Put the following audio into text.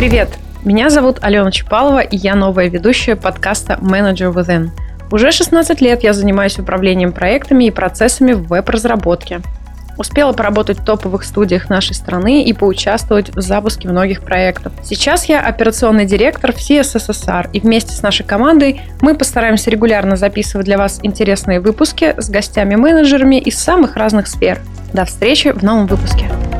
Привет! Меня зовут Алена Чапалова, и я новая ведущая подкаста Manager Within. Уже 16 лет я занимаюсь управлением проектами и процессами в веб-разработке. Успела поработать в топовых студиях нашей страны и поучаствовать в запуске многих проектов. Сейчас я операционный директор в CSSR, и вместе с нашей командой мы постараемся регулярно записывать для вас интересные выпуски с гостями-менеджерами из самых разных сфер. До встречи в новом выпуске!